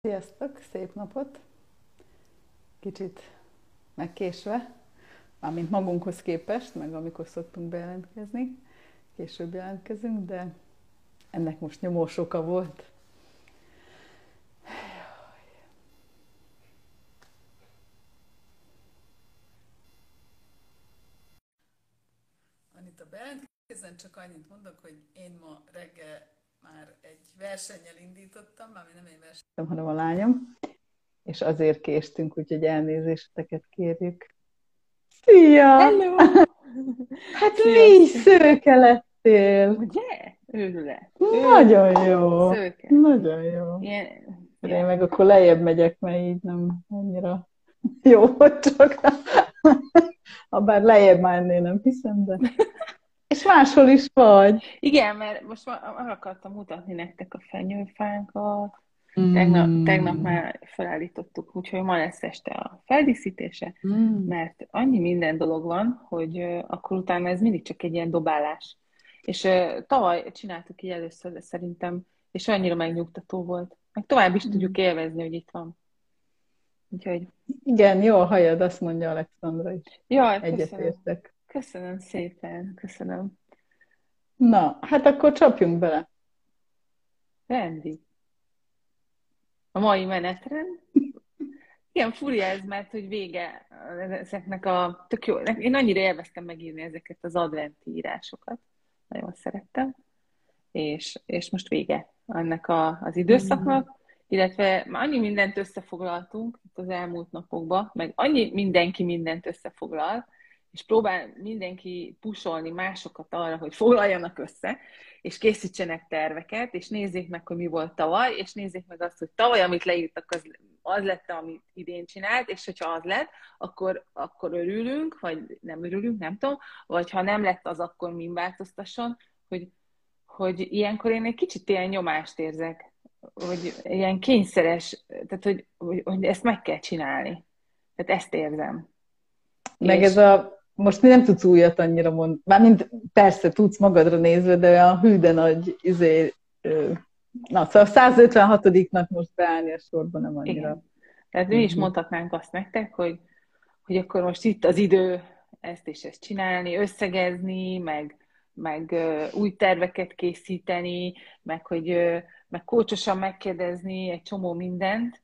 Sziasztok, szép napot! Kicsit megkésve, mármint magunkhoz képest, meg amikor szoktunk bejelentkezni, később jelentkezünk, de ennek most nyomós oka volt. Anita, bejelentkezzen, csak annyit mondok, hogy én ma reggel már egy versennyel indítottam, mármint nem egy versenyel, hanem a lányom, és azért késtünk, úgyhogy elnézéseteket kérjük. Szia! Hello! Hát mi Sziasztok! szőke lettél! Ugye? Őrület. Nagyon Őrület. jó! Szőke. Nagyon jó! Ilyen, Én ja. meg akkor lejjebb megyek, mert így nem annyira jó, hogy csak ha bár lejjebb már ennél nem hiszem, de... És máshol is vagy. Igen, mert most már akartam mutatni nektek a fenyőfánkat. Tegnap Mm. már felállítottuk, úgyhogy ma lesz este a feldíszítése, Mm. mert annyi minden dolog van, hogy akkor utána ez mindig csak egy ilyen dobálás. És tavaly csináltuk így először, de szerintem, és annyira megnyugtató volt. Meg tovább is tudjuk élvezni, hogy itt van. Úgyhogy, Igen, jó a hajad, azt mondja Alexandra is. jaj, köszönöm. Egyetértek. Köszönöm szépen, köszönöm. Na, hát akkor csapjunk bele. Rendi. A mai menetrend. Igen, furi ez, mert hogy vége ezeknek a tök jó. Én annyira élveztem megírni ezeket az adventi írásokat. Nagyon szerettem. És most vége ennek az Mm. időszaknak, illetve már annyi mindent összefoglaltunk itt az elmúlt napokban, meg annyi mindenki mindent összefoglal, és próbál mindenki pusolni másokat arra, hogy foglaljanak össze, és készítsenek terveket, és nézzék meg, hogy mi volt tavaly, és nézzék meg azt, hogy tavaly, amit leírtak, az lett, amit idén csinált, és hogyha az lett, akkor örülünk, vagy nem örülünk, nem tudom, vagy ha nem lett az, akkor min változtasson, hogy ilyenkor én egy kicsit ilyen nyomást érzek, hogy ilyen kényszeres, tehát hogy ezt meg kell csinálni. Tehát ezt érzem. Meg ez És a, most mi nem tudsz újat annyira mondani, mármint persze tudsz magadra nézve, de olyan hű de nagy, na, szóval 156-nak most beállni a sorban nem annyira. igen. Tehát mi is mondhatnánk azt nektek, hogy akkor most itt az idő ezt és ezt csinálni, összegezni, meg új terveket készíteni, meg kócsosan megkérdezni egy csomó mindent,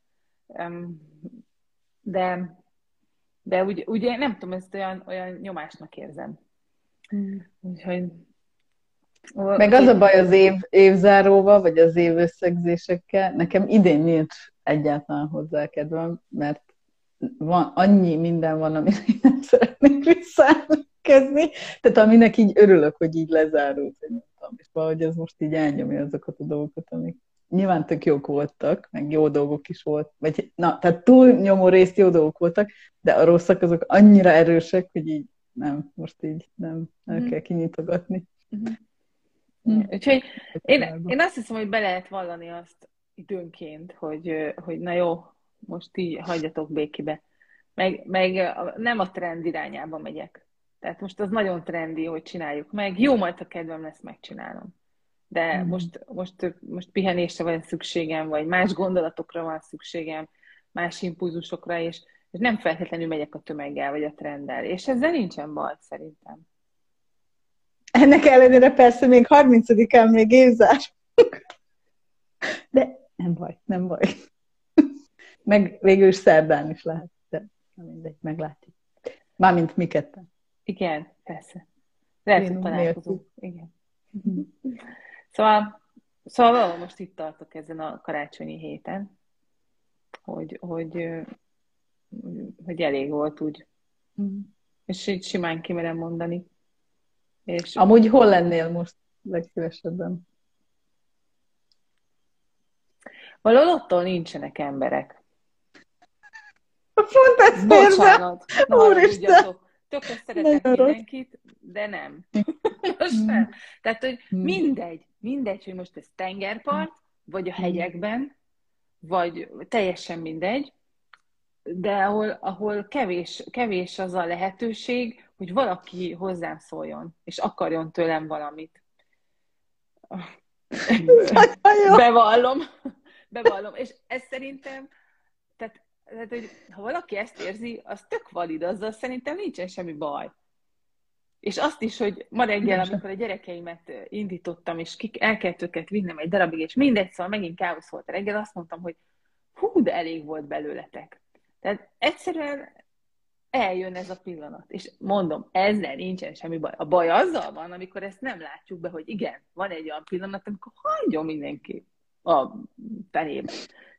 de De ugye nem tudom, ezt olyan nyomásnak érzem. Úgyhogy, Meg az a úgyhogy baj az évzáróval, vagy az év összegzésekkel, nekem idén nincs egyáltalán hozzá kedvem, mert annyi minden van, amire én nem szeretnék visszakezni. Tehát aminek így örülök, hogy így lezárult, hogy nem tudom, és valahogy ez most így elnyomja azokat a dolgokat, amik nyilván tök jók voltak, meg jó dolgok is volt, vagy na, tehát túlnyomó részt jó dolgok voltak, de a rosszak azok annyira erősek, hogy így nem, most így nem, el uh-huh. kell kinyitogatni. Uh-huh. Hm. Úgyhogy én azt hiszem, hogy be lehet vallani azt időnként, hogy na jó, most így hagyjatok békibe. Meg nem a trend irányába megyek. Tehát most az nagyon trendi, hogy csináljuk meg. Jó, majd ha kedvem lesz, megcsinálom. De most pihenésre van szükségem, vagy más gondolatokra van szükségem, más impulzusokra, és nem feltétlenül megyek a tömeggel, vagy a trenddel. És ezzel nincsen baj, szerintem. Ennek ellenére persze még 30-án még évzár. De nem baj, nem baj. Meg végül is szerdán is lehet, de mindegy, meglátjuk. Mármint mi ketten. Igen, persze. Lehet, hogy találkozunk. Igen. Szóval valahol most itt tartok ezen a karácsonyi héten, hogy elég volt úgy. És így simán kimerem mondani. És amúgy hol lennél most legszívesebben? valahol attól nincsenek emberek. Pont ezt Bocsánat, ne Úristen! haragudjatok. Tökre szeretek mindenkit, de nem. Most nem. Tehát, hogy mindegy, hogy most ez tengerpart, vagy a hegyekben, vagy teljesen mindegy, de ahol kevés az a lehetőség, hogy valaki hozzám szóljon, és akarjon tőlem valamit. Bevallom. bevallom. És ez szerintem, tehát, hogy ha valaki ezt érzi, az tök valid, azzal szerintem nincsen semmi baj. És azt is, hogy ma reggel, amikor a gyerekeimet indítottam, és el kellett őket vinnem egy darabig, és mindegy, szóval megint káosz volt a reggel, azt mondtam, hogy hú, de elég volt belőletek. Tehát egyszerűen eljön ez a pillanat. És mondom, ezzel nincsen semmi baj. A baj azzal van, amikor ezt nem látjuk be, hogy igen, van egy olyan pillanat, amikor hagyjon mindenki a fenébe.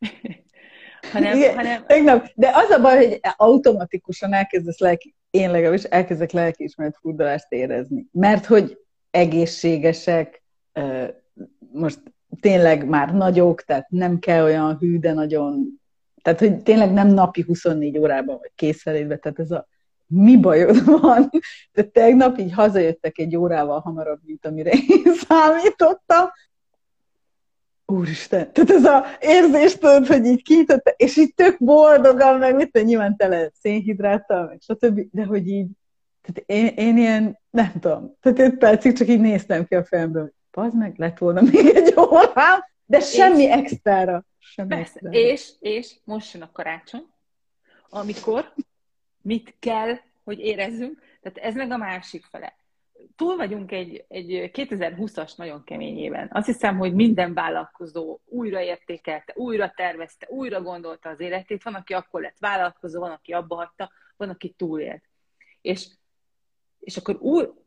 Tegnap, de az a baj, hogy automatikusan én legalábbis elkezdek lelkiismeret furdalást érezni. Mert hogy egészségesek, most tényleg már nagyok, tehát nem kell olyan hű, de nagyon, tehát hogy tényleg nem napi 24 órában vagy készenlétbe, tehát ez a mi bajod van? De tegnap így hazajöttek egy órával hamarabb, mint amire én számítottam. Úristen, tehát ez az érzést tudod, hogy így kinyitotta, és így tök boldogan, meg mit nyilván tele szénhidráttal, meg stb., de hogy így, tehát én ilyen, nem tudom, tehát 5 percig csak így néztem ki a fejemből, hogy bazd meg, lett volna még egy órám, de semmi extrára. És most jön a karácsony, amikor mit kell, hogy érezzünk, tehát ez meg a másik fele. Túl vagyunk egy 2020-as nagyon kemény éven. Azt hiszem, hogy minden vállalkozó újra értékelte, újra tervezte, újra gondolta az életét. Van, aki akkor lett vállalkozó, van, aki abba hagyta, van, aki túlélt. És akkor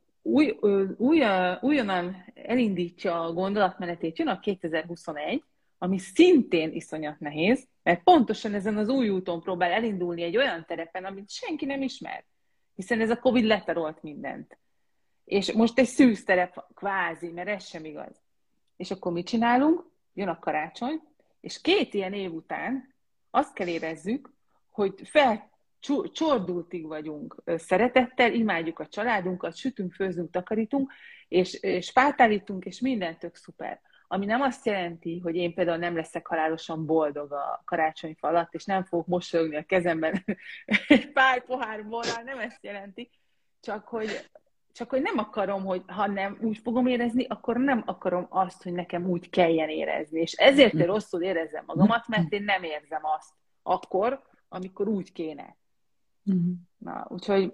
újonnan elindítja a gondolatmenetét, jön a 2021, ami szintén iszonyat nehéz, mert pontosan ezen az új úton próbál elindulni egy olyan terepen, amit senki nem ismer. Hiszen ez a Covid letarolt mindent. És most egy szűz terep kvázi, mert ez sem igaz. És akkor mit csinálunk? Jön a karácsony, és 2 ilyen év után azt kell érezzük, hogy csordultig vagyunk szeretettel, imádjuk a családunkat, sütünk, főzünk, takarítunk, és pártálítunk, és minden tök szuper. Ami nem azt jelenti, hogy én például nem leszek halálosan boldog a karácsonyfa alatt, és nem fogok mosolyogni a kezemben egy pár pohár borral, nem ezt jelenti, csak hogy nem akarom, hogy ha nem úgy fogom érezni, akkor nem akarom azt, hogy nekem úgy kelljen érezni. És ezért én rosszul érezzem magamat, mert én nem érzem azt akkor, amikor úgy kéne. Na, úgyhogy...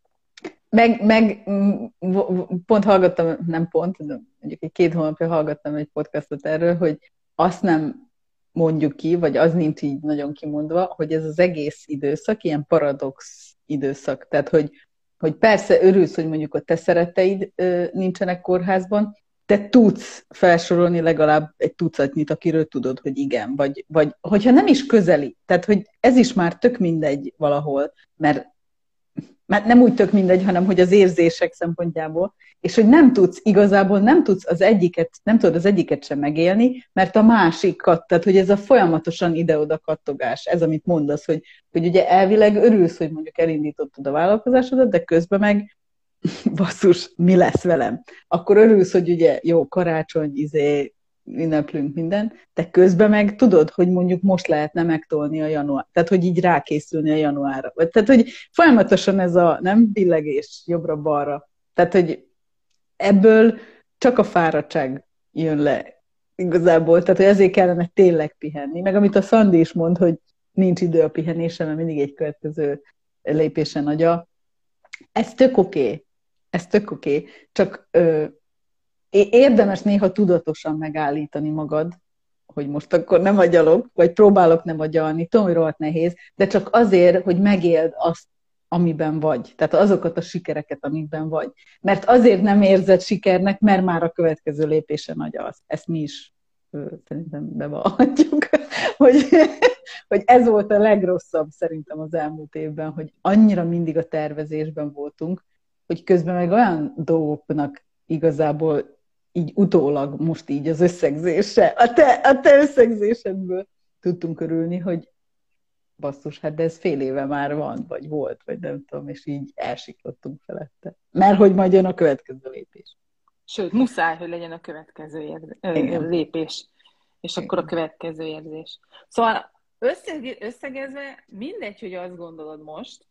Meg pont hallgattam, nem pont, de mondjuk egy 2 hónapja hallgattam egy podcastot erről, hogy azt nem mondjuk ki, vagy az nincs így nagyon kimondva, hogy ez az egész időszak ilyen paradox időszak. Tehát, hogy persze örülsz, hogy mondjuk a te szeretteid nincsenek kórházban, te tudsz felsorolni legalább egy tucatnyit, akiről tudod, hogy igen, vagy hogyha nem is közeli. Tehát, hogy ez is már tök mindegy valahol, mert nem úgy tök mindegy, hanem hogy az érzések szempontjából, és hogy igazából nem tudsz nem tudod az egyiket sem megélni, mert a másikat, tehát hogy ez a folyamatosan ide-oda kattogás, ez amit mondasz, hogy ugye elvileg örülsz, hogy mondjuk elindítottad a vállalkozásodat, de közben meg basszus, mi lesz velem? Akkor örülsz, hogy ugye jó, karácsony, ünneplünk minden, de közben meg tudod, hogy mondjuk most lehetne megtolni a január, tehát hogy így rákészülni a januárra. Tehát, hogy folyamatosan ez a nem billegés jobbra-balra. Tehát, hogy ebből csak a fáradtság jön le igazából, tehát, hogy ezért kellene tényleg pihenni. Meg amit a Szandi is mond, hogy nincs idő a pihenésre, mert mindig egy következő lépésen agya. Ez tök oké. Csak érdemes néha tudatosan megállítani magad, hogy most akkor nem agyalok, vagy próbálok nem agyalni, tudom, hogy rohadt nehéz, de csak azért, hogy megéld azt, amiben vagy. Tehát azokat a sikereket, amikben vagy. Mert azért nem érzed sikernek, mert már a következő lépésen agyalsz. Ezt mi is szerintem bevallhatjuk, hogy ez volt a legrosszabb szerintem az elmúlt évben, hogy annyira mindig a tervezésben voltunk, hogy közben meg olyan dolgoknak igazából így utólag most így az összegzése, a te összegzésedből tudtunk örülni, hogy basszus, hát de ez fél éve már van, vagy volt, vagy nem tudom, és így elsiklottunk felette. Mert hogy majd jön a következő lépés. Sőt, muszáj, hogy legyen a következő lépés, és akkor a következő érzés. Szóval összegezve mindegy, hogy azt gondolod most,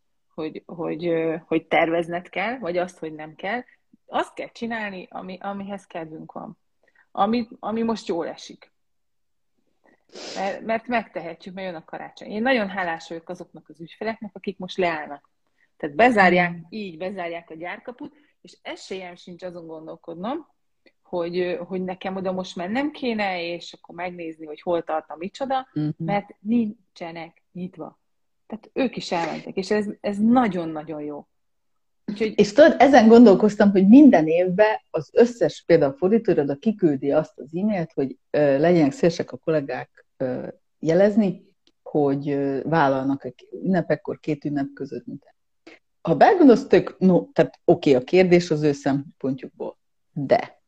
hogy tervezned kell, vagy azt, hogy nem kell, azt kell csinálni, amihez kedvünk van. Ami most jól esik. Mert megtehetjük, mert jön a karácsony. Én nagyon hálás vagyok azoknak az ügyfeleknek, akik most leállnak. Tehát bezárják a gyárkaput, és esélyem sincs azon gondolkodnom, hogy nekem oda most mennem kéne, és akkor megnézni, hogy hol tart a micsoda, mert nincsenek nyitva. Tehát ők is elmentek, és ez nagyon-nagyon jó. Úgyhogy... És tudod, ezen gondolkoztam, hogy minden évben az összes, például a fordítóiroda kiküldi azt az e-mailt, hogy legyenek szívesek a kollégák jelezni, hogy vállalnak ünnepekkor 2 ünnep között. Ha belgondolsz, tehát oké, a kérdés az ő szempontjukból, de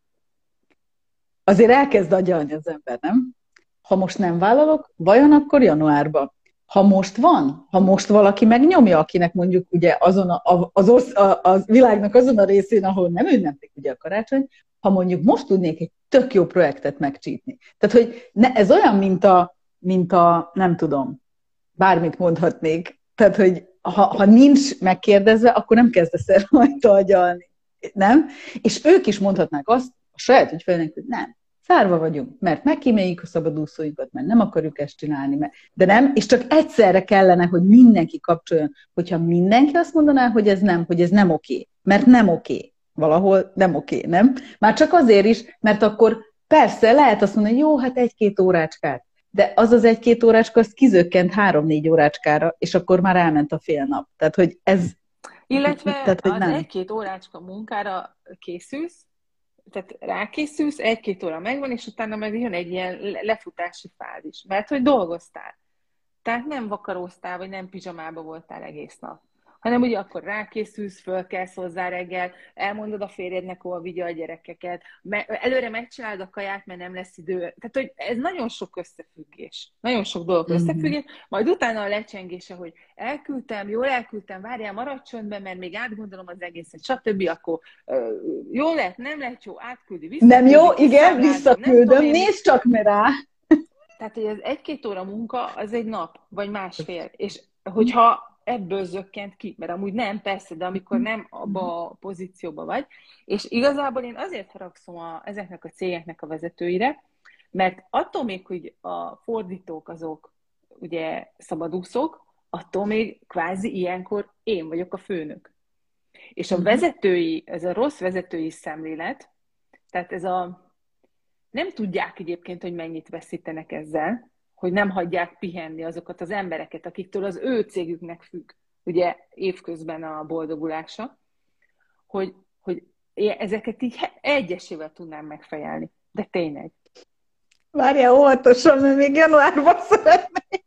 azért elkezd agyalni az ember, nem? Ha most nem vállalok, vajon akkor januárban? Ha most van, ha most valaki megnyomja, akinek mondjuk ugye azon a világnak azon a részén, ahol nem ünneplik ugye a karácsony, ha mondjuk most tudnék egy tök jó projektet megcsípni. Tehát, hogy ez olyan, mint a, nem tudom, bármit mondhatnék. Tehát, hogy ha nincs megkérdezve, akkor nem kezdesz el rajta agyalni. Nem? És ők is mondhatnák azt a saját ügyfelének, hogy nem. Szárva vagyunk, mert megkíméljük a szabadúszóinkat, mert nem akarjuk ezt csinálni, de nem, és csak egyszerre kellene, hogy mindenki kapcsoljon. Hogyha mindenki azt mondaná, hogy ez nem oké, mert nem oké. Valahol nem oké, nem? Már csak azért is, mert akkor persze lehet azt mondani, hogy jó, hát 1-2 órácskát, de az 1-2 órácska, az kizökkent 3-4 órácskára, és akkor már elment a fél nap. Tehát, hogy ez... Illetve tehát, hogy az 1-2 órácska munkára készülsz, tehát rákészülsz, 1-2 óra megvan, és utána meg jön egy ilyen lefutási fázis, mert hogy dolgoztál. Tehát nem vakaróztál, vagy nem pizsamába voltál egész nap. Hanem ugye akkor rákészülsz, fölkelsz hozzá reggel, elmondod a férjednek, hol vigye a gyerekeket, előre megcsinálod a kaját, mert nem lesz idő. Tehát, hogy ez nagyon sok összefüggés. Nagyon sok dolog összefüggés. Majd utána a lecsengése, hogy jól elküldtem, várjál, maradj csöndben, mert még átgondolom az egészet, stb. Akkor jó lett, nem lett jó, átküldi, visszaküldi. Nem jó, igen, visszaküldöm, nézd csak me rá. Tehát, hogy az 1-2 óra munka, az egy nap, vagy másfél. És hogyha ebből zökkent ki, mert amúgy nem, persze, de amikor nem abba a pozícióba vagy. És igazából én azért haragszom ezeknek a cégeknek a vezetőire, mert attól még, hogy a fordítók azok ugye szabadúszók, attól még kvázi ilyenkor én vagyok a főnök. És a vezetői, ez a rossz vezetői szemlélet, tehát nem tudják egyébként, hogy mennyit veszítenek ezzel, hogy nem hagyják pihenni azokat az embereket, akiktől az ő cégüknek függ, ugye évközben a boldogulása, hogy ezeket így egyesével tudnám megfejelni. De tényleg. Várjál óvatosan, mert még januárban szeretnék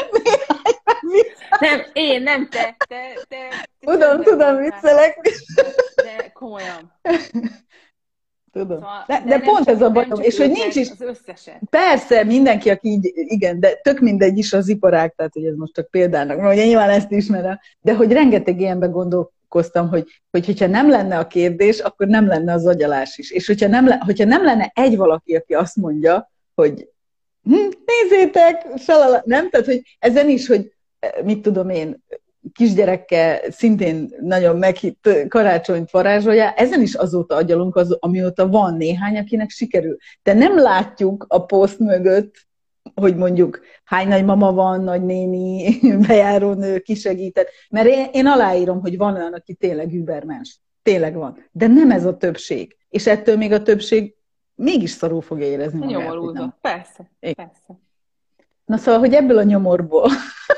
nem te. Tudom, viccelek. De komolyan. Tudom. De pont ez a bajom, és hogy nincs is... Az összeset. Persze, mindenki, aki így, igen, de tök mindegy is az iparág, tehát hogy ez most csak példának, mert ugye nyilván ezt ismerem, de hogy rengeteg ilyenben gondolkoztam, hogyha nem lenne a kérdés, akkor nem lenne az agyalás is. És hogyha nem lenne egy valaki, aki azt mondja, hogy nézzétek, nem? Tehát, hogy ezen is, hogy mit tudom én, kisgyerekkel szintén nagyon meghitt karácsonyt varázsolja, ezen is azóta agyalunk, amióta van néhány, akinek sikerül. De nem látjuk a poszt mögött, hogy mondjuk hány nagymama van, nagynéni, bejárónő, kisegített. Mert én aláírom, hogy van olyan, aki tényleg übermens. Tényleg van. De nem ez a többség. És ettől még a többség mégis szarul fogja érezni magát. Nyomorulva. Persze. Na szóval, hogy ebből a nyomorból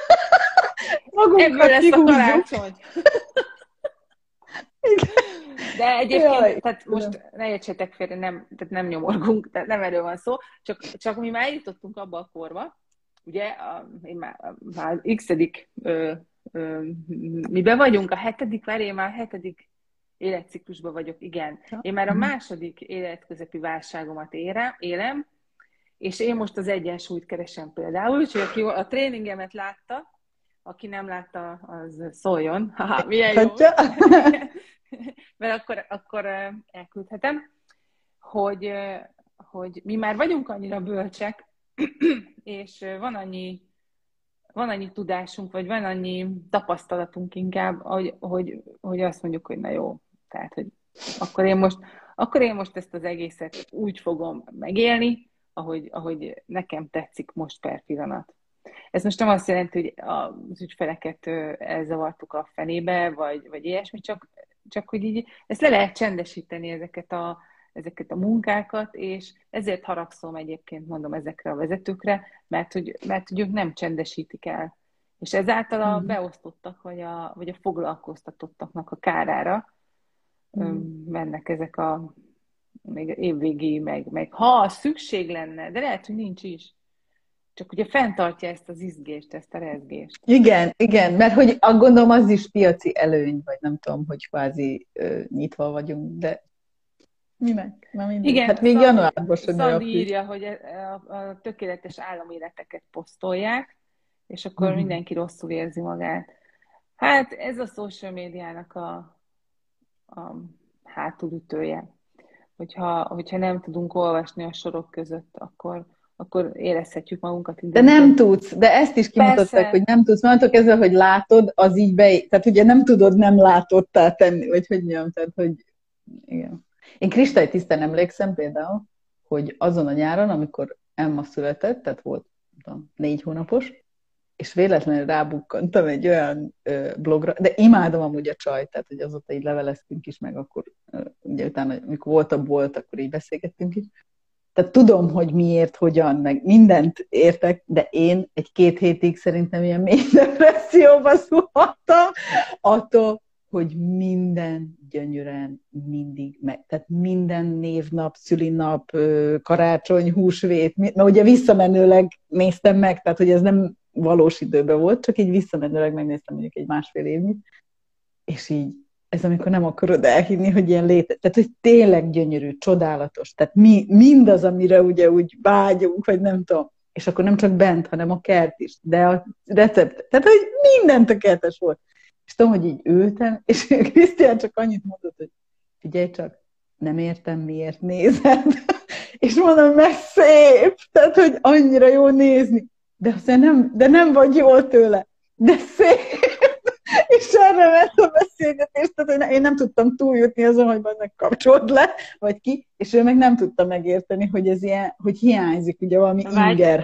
ebből lesz a karácsony. De egyébként, tehát most ne értsétek félre, tehát nem nyomorgunk, tehát nem erről van szó, csak mi már eljutottunk abba a korba, ugye, én már x-edik, miben vagyunk, én már a 7. életciklusban vagyok, igen. Én már a 2. életközepi válságomat élem, és én most az egyensúlyt keresem például, úgyhogy aki a tréningemet látta, aki nem látta, az szóljon. Haha, milyen jó. Mert akkor elküldhetem, hogy mi már vagyunk annyira bölcsek, és van annyi tudásunk, vagy van annyi tapasztalatunk inkább, hogy azt mondjuk, hogy na jó. Tehát, hogy akkor én most ezt az egészet úgy fogom megélni, ahogy nekem tetszik most per pillanat. Ez most nem azt jelenti, hogy az ügyfeleket elzavartuk a fenébe, vagy ilyesmi, csak hogy így ezt le lehet csendesíteni, ezeket a munkákat, és ezért haragszom egyébként, mondom, ezekre a vezetőkre, mert hogy ők nem csendesítik el. És ezáltal a beosztottak, vagy a foglalkoztatottaknak a kárára mennek ezek a még évvégi, meg ha szükség lenne, de lehet, hogy nincs is. Csak ugye fenntartja ezt az izgést, ezt a rezgést. Igen, mert hogy gondolom az is piaci előny, vagy nem tudom, hogy kvázi nyitva vagyunk, de mi meg? Na mindegy. Igen, hát még januárban sem Szandi írja, hogy a tökéletes államéleteket posztolják, és akkor mindenki rosszul érzi magát. Hát ez a social médiának a hátulütője. Hogyha nem tudunk olvasni a sorok között, akkor érezhetjük magunkat. De nem tudsz, de ezt is kimutatták, hogy nem tudsz. Mondtok ezzel, hogy látod, az így tehát ugye nem tudod nem látottá tenni, vagy hogy mondjam, tehát hogy igen. Én kristálytisztán emlékszem például, hogy azon a nyáron, amikor Emma született, tehát volt 4 hónapos, és véletlenül rábukkantam egy olyan blogra, de imádom amúgy a csajt, tehát hogy azóta így leveleztünk is, meg akkor ugye utána, amikor volt a bolt, akkor így beszélgettünk is. Tehát tudom, hogy miért, hogyan, meg mindent értek, de én 1-2 hétig szerintem ilyen mély depresszióba zuhantam attól, hogy minden gyönyörűen mindig meg. Tehát minden névnap, szülinap, karácsony, húsvét, mert ugye visszamenőleg néztem meg, tehát hogy ez nem valós időben volt, csak így visszamenőleg megnéztem mondjuk egy 1,5 évig, és így ez amikor nem akarod elhinni, hogy ilyen tehát hogy tényleg gyönyörű, csodálatos, tehát mindaz, amire ugye úgy vágyunk, vagy nem tudom, és akkor nem csak bent, hanem a kert is, de a recept, tehát hogy minden tökéletes volt. És tudom, hogy így ültem, és Krisztián csak annyit mondott, hogy figyelj csak, nem értem, miért nézed. És mondom, mert szép, tehát hogy annyira jó nézni, de aztán nem vagy jól tőle, de szép. És erre ment a beszélgetés, tehát hogy én nem tudtam túljutni azon, hogy ennek kapcsolt le, vagy ki, és ő meg nem tudta megérteni, hogy ez ilyen, hogy hiányzik ugye valami inger.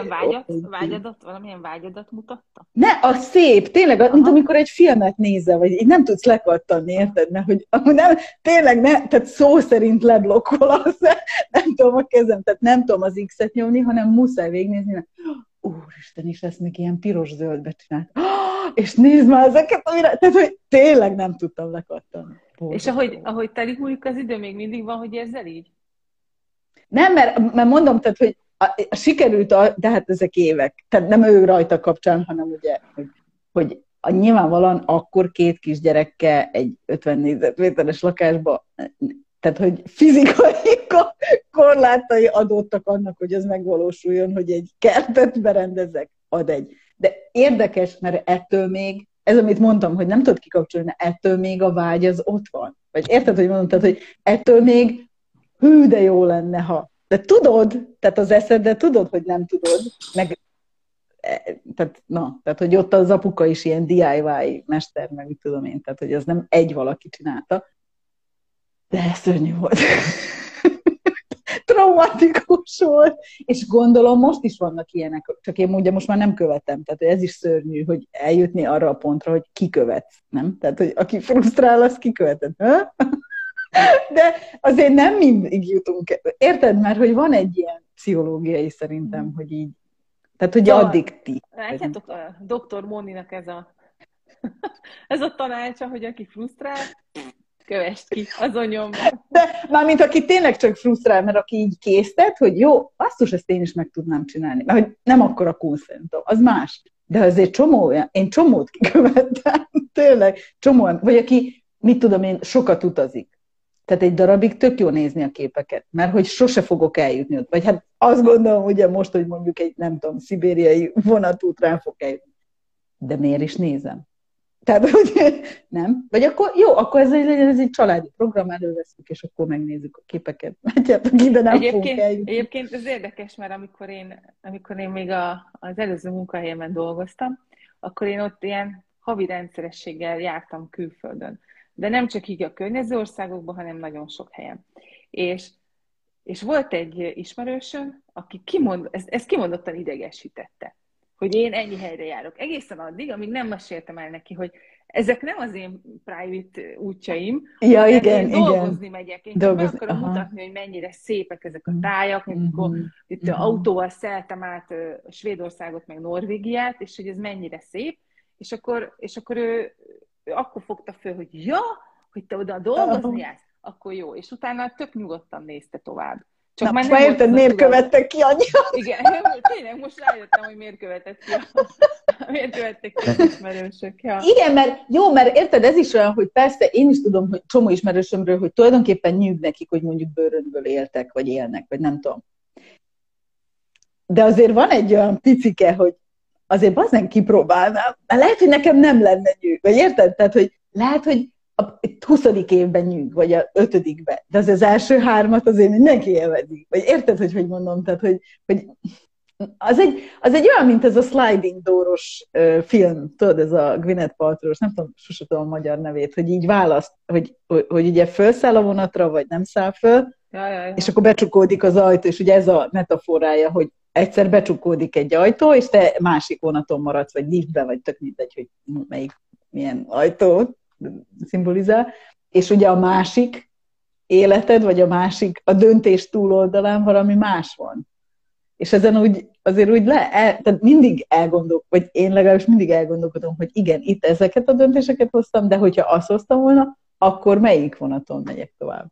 Valamilyen vágyadat mutatta? Ne, a szép, tényleg, mint amikor egy filmet nézel, vagy így nem tudsz lekattanni, érted? Mert hogy nem, tényleg tehát szó szerint leblokkol az, nem tudom a kezem, tehát nem tudom az X-et nyomni, hanem muszáj végignézni, mert úristen, és ezt még ilyen piros-zöldbe csinált. És nézd már ezeket, tehát hogy tényleg nem tudtam lekattanni. És ahogy telik múlik az idő, még mindig van, hogy érzel így? Nem, mert mondom, tehát, hogy sikerült, de hát ezek évek. Tehát nem ő rajta kapcsán, hanem ugye, hogy nyilvánvalóan akkor 2 kisgyerekkel egy 50 négyzetméteres lakásba, tehát, hogy fizikai korlátai adottak annak, hogy ez megvalósuljon, hogy egy kertet berendezek, ad egy. De érdekes, mert ettől még, ez amit mondtam, hogy nem tudod kikapcsolni, ettől még a vágy az ott van. Vagy érted, hogy mondom, tehát, hogy ettől még hű, de jó lenne, ha. De tudod, tehát az eszeddel tudod, hogy nem tudod, meg tehát, hogy ott az apuka is ilyen DIY mester, meg mit tudom én, tehát, hogy az nem egy valaki csinálta. De szörnyű volt. Traumatikus volt. És gondolom, most is vannak ilyenek, csak én ugye most már nem követem, tehát ez is szörnyű, hogy eljutni arra a pontra, hogy kikövetsz, nem? Tehát, hogy aki frusztrál, az kiköveted. De azért nem mindig jutunk. Érted már, hogy van egy ilyen pszichológiai szerintem, hogy így, tehát, hogy addiktív. Látjátok, a Dr. Móninak ez a tanácsa, hogy aki frusztrál, kövesd ki, azon nyomban. De mármint aki tényleg csak frusztrál, mert aki így késztet, hogy jó, basszus, ezt én is meg tudnám csinálni. Mert hogy nem akkora cool szerintem, az más. De azért én csomót kikövettem, tényleg, csomóan. Vagy aki, mit tudom én, sokat utazik. Tehát egy darabig tök jó nézni a képeket, mert hogy sose fogok eljutni ott. Vagy hát azt gondolom, ugye most, hogy mondjuk egy, nem tudom, szibériai vonatút rá fog eljutni. De miért is nézem? Tehát, hogy nem. Vagy akkor jó, akkor ez egy családi program, előveszünk, és akkor megnézzük a képeket. Látjátok, ide nem fogunk eljutni. Egyébként ez érdekes, mert amikor én még az előző munkahelyemen dolgoztam, akkor én ott ilyen havi rendszerességgel jártam külföldön. De nem csak így a környező országokban, hanem nagyon sok helyen. És volt egy ismerősöm, aki ezt kimondottan idegesítette, hogy én ennyi helyre járok. Egészen addig, amíg nem meséltem el neki, hogy ezek nem az én private útjaim, Ja, igen, én dolgozni megyek. Én csak meg akarom aha. mutatni, hogy mennyire szépek ezek a tájak, amikor itt Mhm. autóval szeltem át Svédországot, meg Norvégiát, és hogy ez mennyire szép, és akkor ő akkor fogta föl, hogy ja, hogy te oda dolgozni jársz, akkor jó. És utána tök nyugodtan nézte tovább. Csak már nem érted, miért követtek ki annyira? Igen, tényleg most rájöttem, hogy miért követett ki. Miért követtek ki az ismerősök. Ja. Igen, mert érted, ez is olyan, hogy persze én is tudom, hogy csomó ismerősömről, hogy tulajdonképpen nyűg nekik, hogy mondjuk bőrönből éltek, vagy élnek, vagy nem tudom. De azért van egy olyan picike, hogy azért bazen kipróbálnám, mert lehet, hogy nekem nem lenne nyűg, vagy érted? Tehát, hogy lehet, hogy a 20. évben nyűg, vagy a 5. de az első 3 azért mindenki élvezi. Vagy érted, hogy mondom? Tehát, hogy az egy olyan, mint ez a Sliding Dooros film, tudod, ez a Gwyneth Paltrow-os, nem tudom, sose tudom a magyar nevét, hogy így választ, hogy ugye felszáll a vonatra, vagy nem száll föl, és akkor becsukódik az ajtó, és ugye ez a metaforája, hogy egyszer becsukódik egy ajtó, és te másik vonaton maradsz, vagy liftben, vagy tök mindegy, hogy milyen ajtó szimbolizál, és ugye a másik életed, vagy a döntés túloldalán valami más van. És ezen azért tehát mindig vagy én legalábbis mindig elgondolkodom, hogy igen, itt ezeket a döntéseket hoztam, de hogyha azt hoztam volna, akkor melyik vonaton megyek tovább?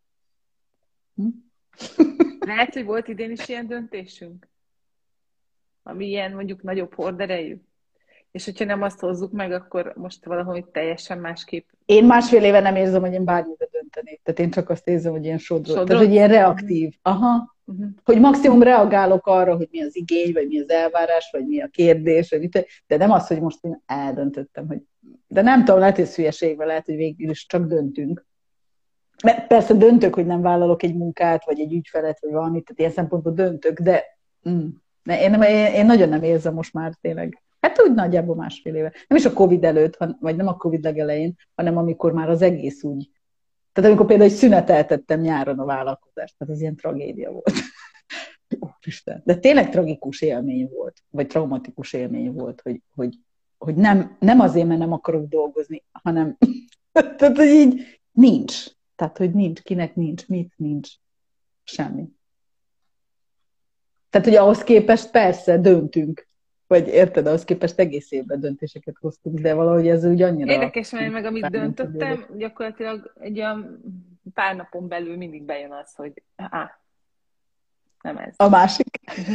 Lehet, hogy volt idén is ilyen döntésünk, ami ilyen mondjuk nagyobb horderejű. És hogyha nem azt hozzuk meg, akkor most valahogy teljesen másképp. Én 1,5 éve nem érzem, hogy én bármit döntenék. Tehát én csak azt érzem, hogy ilyen sodró. Tehát, hogy ilyen reaktív. Aha. Hogy maximum reagálok arra, hogy mi az igény, vagy mi az elvárás, vagy mi a kérdés, de nem az, hogy most én eldöntöttem, hogy... De nem tudom, lehet, hogy ez hülyeségben, lehet, hogy végül is csak döntünk. Mert persze döntök, hogy nem vállalok egy munkát, vagy egy ügyfelet, vagy valamit, tehát ilyen szempontból döntök, de én nagyon nem érzem most már tényleg. Hát úgy nagyjából 1,5 éve. Nem is a Covid előtt, vagy nem a Covid legelején, hanem amikor már az egész úgy... Tehát amikor például szüneteltettem nyáron a vállalkozást, tehát ez ilyen tragédia volt. Úristen. De tényleg tragikus élmény volt, vagy traumatikus élmény volt, hogy nem azért, mert nem akarok dolgozni, hanem tehát, hogy így nincs. Tehát, hogy nincs, kinek nincs, mit nincs. Semmi. Tehát, hogy ahhoz képest persze döntünk. Vagy érted, ahhoz képest egész évben döntéseket hoztunk, de valahogy ez úgy annyira... Érdekes, mert meg amit döntöttem, gyakorlatilag egy olyan pár napon belül mindig bejön az, hogy nem ez. A másik?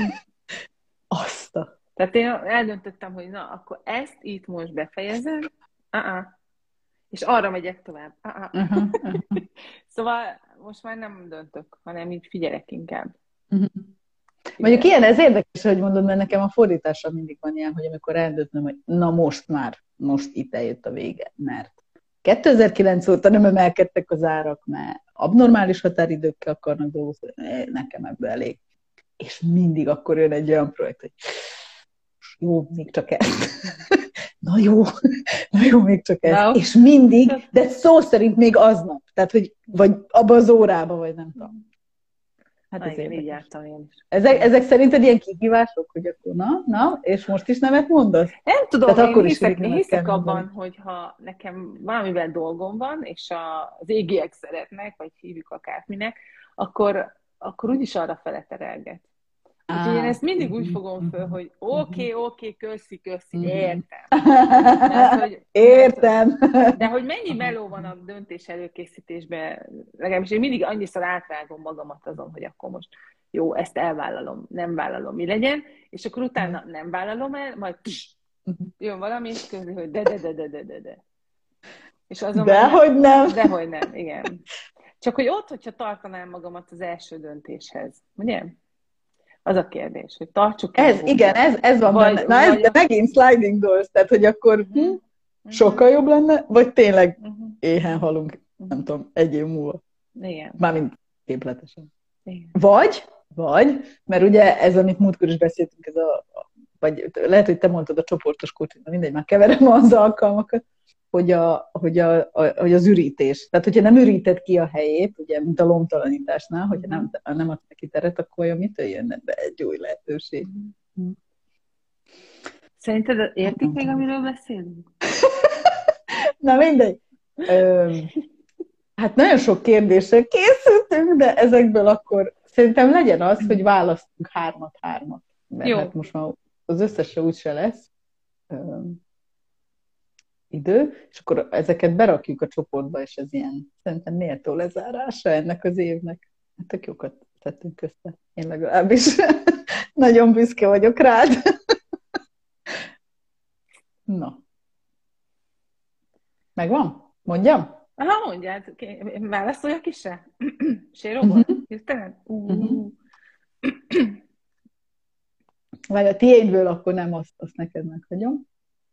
Tehát én eldöntöttem, hogy na, akkor ezt itt most befejezem, és arra megyek tovább. Szóval most már nem döntök, hanem így figyelek inkább. Mondjuk ilyen, ez érdekes, hogy mondod, mert nekem a fordítása mindig van ilyen, hogy amikor eldöntöm, hogy na most itt eljött a vége, mert 2009 óta nem emelkedtek az árak, mert abnormális határidőkkel akarnak dolgozni, nekem ebből elég. És mindig akkor jön egy olyan projekt, hogy jó, még csak ez. Na jó, még csak ez. No. És mindig, de szó szerint még aznap. Tehát, hogy vagy abban az órában, vagy nem tudom. Hát ez igen, így jártam én is. Ezek szerinted ilyen kihívások, hogy akkor na, és most is nemet mondasz? Nem tudom, tehát én hiszek abban, hogy ha nekem valamivel dolgom van, és az égiek szeretnek, vagy hívjuk akárminek, akkor úgyis arra fele terelget. Úgyhogy én ezt mindig úgy fogom föl, hogy oké, köszi, értem. Értem. De hogy mennyi meló van a döntés előkészítésben, legalábbis én mindig annyiszor átrágom magamat azon, hogy akkor most jó, ezt elvállalom, nem vállalom, mi legyen, és akkor utána nem vállalom el, majd jön valami, és közül, hogy de. És azon dehogy nem. Dehogy nem, igen. Csak hogy ott, hogyha tartanám magamat az első döntéshez, ugye? Az a kérdés, hogy tartsuk el. Ez van benne. Na ez, de megint sliding doors, tehát hogy akkor sokkal jobb lenne, vagy tényleg éhen halunk, nem tudom, egy év múlva. Igen. Mármint képletesen. Igen. Vagy, mert ugye ez, amit múltkor is beszéltünk, vagy lehet, hogy te mondtad a csoportos coaching, mindegy, már keverem az alkalmakat, hogy az ürítés. Tehát, hogyha nem üríted ki a helyét, ugye, mint a lomtalanításnál, hogyha nem adsz neki teret, akkor olyan mitől jönne be egy új lehetőség? Szerinted értik még, amiről beszélünk? Na mindegy. Hát nagyon sok kérdésre készültünk, de ezekből akkor szerintem legyen az, hogy választunk hármat. Mert Jó. hát most már az összesre úgyse lesz idő, és akkor ezeket berakjuk a csoportba, és ez ilyen szerintem méltó lezárása ennek az évnek. Hát tök jókat tettünk össze. Én legalábbis nagyon büszke vagyok rád. Na. Megvan? Mondjam? Aha, mondjad. Válaszoljak is rá? Séróban? Hirtelen? Vagy a tiédből, akkor nem, azt neked meghagyom.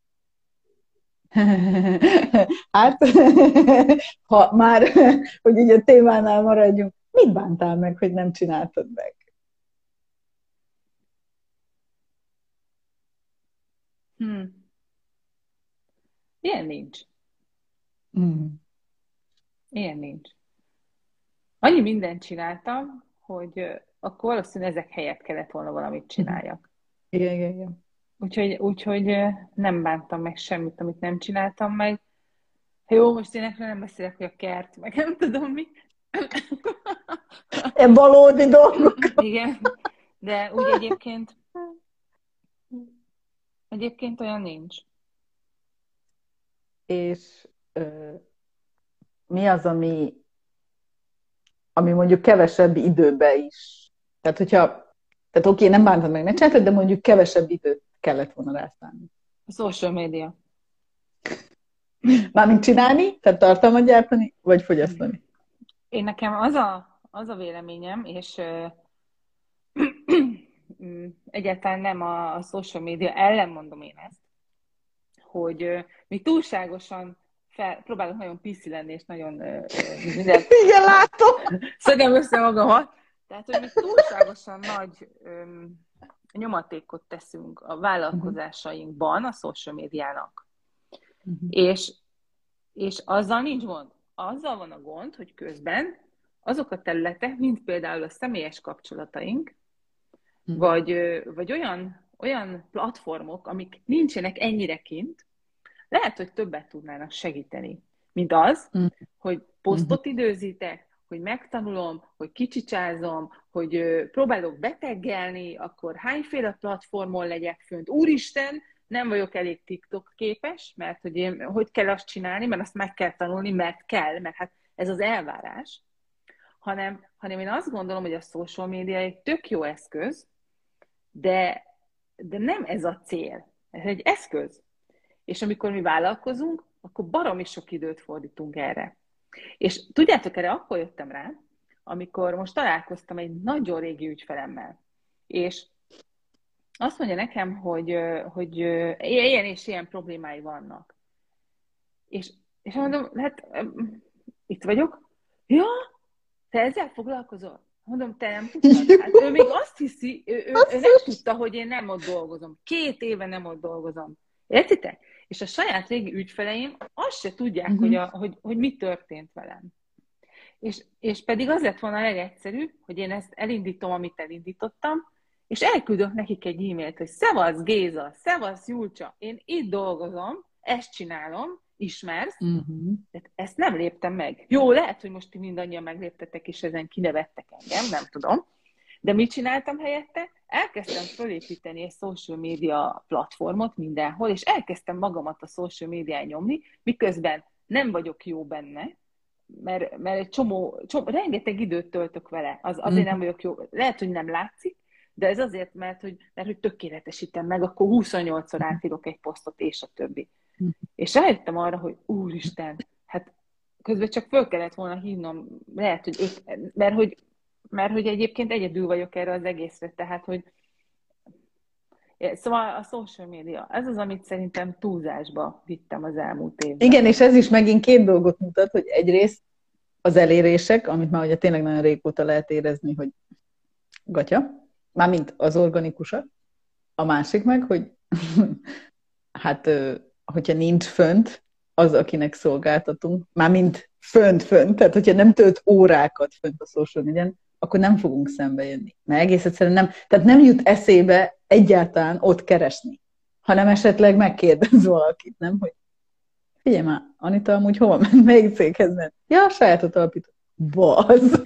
Hát, ha már, hogy így a témánál maradjunk, mit bántál meg, hogy nem csináltad meg? Ilyen nincs. Ilyen nincs. Annyi mindent csináltam, hogy akkor valószínűleg ezek helyett kellett volna valamit csináljak. Igen. Úgyhogy nem bántam meg semmit, amit nem csináltam meg. Jó, most énekről nem beszélek, hogy a kert, meg nem tudom mi. Valódi dolgok. Igen, de úgy egyébként olyan nincs. És mi az, ami mondjuk kevesebb időbe is. Tehát oké, nem bántad meg, ne csináltad, de mondjuk kevesebb időt kellett volna rászállni. A social media. Mármint csinálni, tehát tartalmat gyártani, vagy fogyasztani? Én nekem az a véleményem, és egyáltalán nem a social media ellen mondom én ezt, hogy mi túlságosan próbálok nagyon piszi lenni, és nagyon mindent... Igen, látom! Szedem össze magamat. Tehát, hogy mi túlságosan nagy nyomatékot teszünk a vállalkozásainkban a social médiának. És azzal nincs gond. Azzal van a gond, hogy közben azok a területek, mint például a személyes kapcsolataink, vagy olyan platformok, amik nincsenek ennyire kint, lehet, hogy többet tudnának segíteni, mint az, hogy posztot időzítek, hogy megtanulom, hogy kicsicsázom, hogy próbálok beteggelni, akkor hányféle platformon legyek fönt. Úristen, nem vagyok elég TikTok képes, mert hogy én hogy kell azt csinálni, mert azt meg kell tanulni, mert hát ez az elvárás, hanem én azt gondolom, hogy a social media egy tök jó eszköz, de nem ez a cél. Ez egy eszköz. És amikor mi vállalkozunk, akkor baromi sok időt fordítunk erre. És tudjátok, erre akkor jöttem rá, amikor most találkoztam egy nagyon régi ügyfelemmel. És azt mondja nekem, hogy ilyen és ilyen problémái vannak. És mondom, hát itt vagyok. Ja, te ezzel foglalkozol? Mondom, te nem tudtad? Hát ő még azt hiszi, ő nem tudta, hogy én nem ott dolgozom. 2 éve nem ott dolgozom. Értitek? És a saját régi ügyfeleim azt se tudják, hogy mi történt velem. És pedig az lett volna a legegyszerűbb, hogy én ezt elindítom, amit elindítottam, és elküldök nekik egy e-mailt, hogy szevasz Géza, szevasz Julcsa, én itt dolgozom, ezt csinálom, ismersz, tehát ezt nem léptem meg. Jó, lehet, hogy most ti mindannyian megléptetek, és ezen kinevettek engem, nem tudom. De mit csináltam helyette? Elkezdtem fölépíteni egy social media platformot mindenhol, és elkezdtem magamat a social médián nyomni, miközben nem vagyok jó benne, mert egy csomó, rengeteg időt töltök vele. Azért nem vagyok jó. Lehet, hogy nem látszik, de ez azért, mert hogy tökéletesítem meg, akkor 28-szor átírok egy posztot, és a többi. És rájöttem arra, hogy úristen, hát közben csak föl kellett volna hívnom, lehet, hogy mert hogy egyébként egyedül vagyok erre az egészre, tehát, hogy szóval a social media, ez az, amit szerintem túlzásba vittem az elmúlt évben. Igen, és ez is megint 2 dolgot mutat, hogy egyrészt az elérések, amit már ugye tényleg nagyon régóta lehet érezni, hogy gatya, mármint az organikusak, a másik meg, hogy hát, hogyha nincs fönt az, akinek szolgáltatunk, mármint fönt, tehát hogyha nem tölt órákat fönt a social medián, akkor nem fogunk szembe jönni. Mert egész egyszerűen nem, tehát nem jut eszébe egyáltalán ott keresni, hanem esetleg megkérdez valakit, nem, hogy figyelj már, Anita amúgy hova ment, melyik céghez ment? Ja, a sajátot alapított. Bazd!